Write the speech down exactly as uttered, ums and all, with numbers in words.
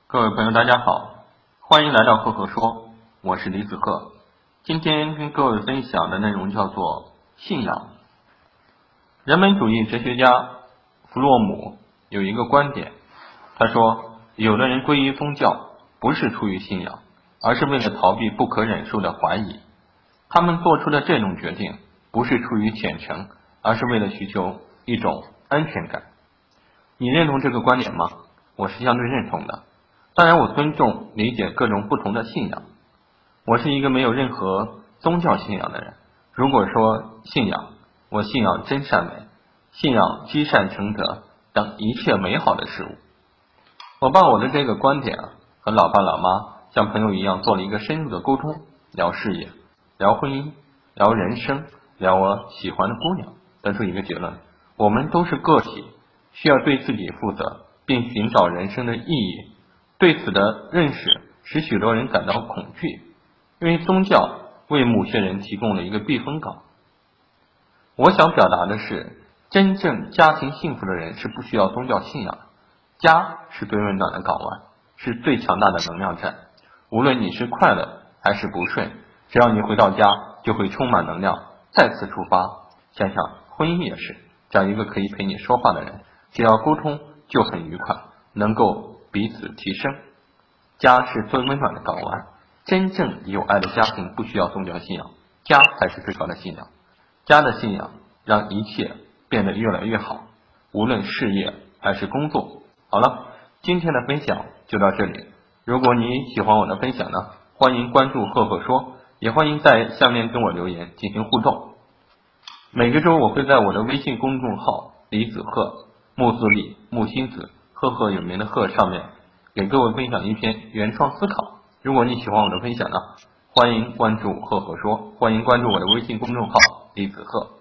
各位朋友大家好，欢迎来到赫赫说，我是李子赫。今天跟各位分享的内容叫做信仰。人本主义哲学家弗洛姆有一个观点，他说有的人皈依宗教不是出于信仰，而是为了逃避不可忍受的怀疑。他们做出的这种决定不是出于虔诚，而是为了寻求一种安全感。你认同这个观点吗？我是相对认同的。当然我尊重理解各种不同的信仰。我是一个没有任何宗教信仰的人。如果说信仰，我信仰真善美，信仰积善成德等一切美好的事物。我把我的这个观点啊，和老爸老妈像朋友一样做了一个深入的沟通，聊事业，聊婚姻，聊人生，聊我喜欢的姑娘，得出一个结论：我们都是个体，需要对自己负责，并寻找人生的意义。对此的认识使许多人感到恐惧，因为宗教为某些人提供了一个避风港。我想表达的是，真正家庭幸福的人是不需要宗教信仰的。家是最温暖的港湾，是最强大的能量站。无论你是快乐还是不顺，只要你回到家就会充满能量，再次出发。想想婚姻也是，找一个可以陪你说话的人，只要沟通就很愉快，能够彼此提升。家是最温暖的港湾，真正有爱的家庭不需要宗教信仰，家才是最高的信仰。家的信仰让一切变得越来越好，无论事业还是工作。好了，今天的分享就到这里。如果你喜欢我的分享呢，欢迎关注赫赫说，也欢迎在下面跟我留言进行互动。每个周我会在我的微信公众号李子赫，木字李，木星子，赫赫有名的赫上面给各位分享一篇原创思考。如果你喜欢我的分享呢，欢迎关注赫赫说，欢迎关注我的微信公众号李子赫。